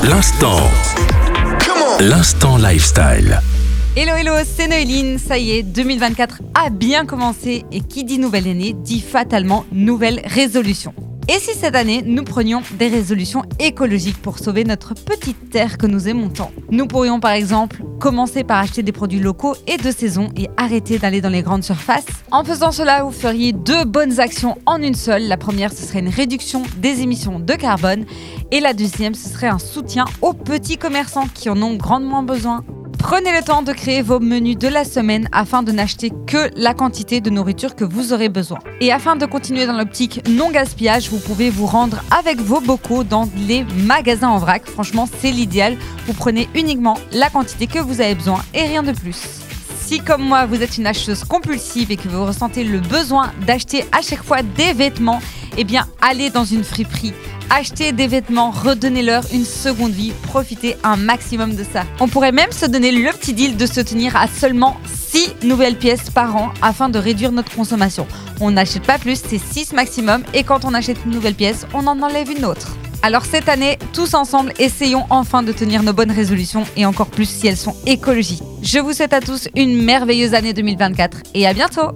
L'instant. L'instant lifestyle. Hello, c'est Noéline, ça y est, 2024 a bien commencé et qui dit nouvelle année dit fatalement nouvelle résolution. Et si cette année, nous prenions des résolutions écologiques pour sauver notre petite terre que nous aimons tant? Nous pourrions par exemple commencer par acheter des produits locaux et de saison et arrêter d'aller dans les grandes surfaces. En faisant cela, vous feriez deux bonnes actions en une seule. La première, ce serait une réduction des émissions de carbone et la deuxième, ce serait un soutien aux petits commerçants qui en ont grandement besoin. Prenez le temps de créer vos menus de la semaine afin de n'acheter que la quantité de nourriture que vous aurez besoin. Et afin de continuer dans l'optique non gaspillage, vous pouvez vous rendre avec vos bocaux dans les magasins en vrac. Franchement, c'est l'idéal. Vous prenez uniquement la quantité que vous avez besoin et rien de plus. Si comme moi, vous êtes une acheteuse compulsive et que vous ressentez le besoin d'acheter à chaque fois des vêtements, eh bien, allez dans une friperie. Achetez des vêtements, redonnez-leur une seconde vie, profitez un maximum de ça. On pourrait même se donner le petit deal de se tenir à seulement 6 nouvelles pièces par an afin de réduire notre consommation. On n'achète pas plus, c'est 6 maximum et quand on achète une nouvelle pièce, on en enlève une autre. Alors cette année, tous ensemble, essayons enfin de tenir nos bonnes résolutions et encore plus si elles sont écologiques. Je vous souhaite à tous une merveilleuse année 2024 et à bientôt!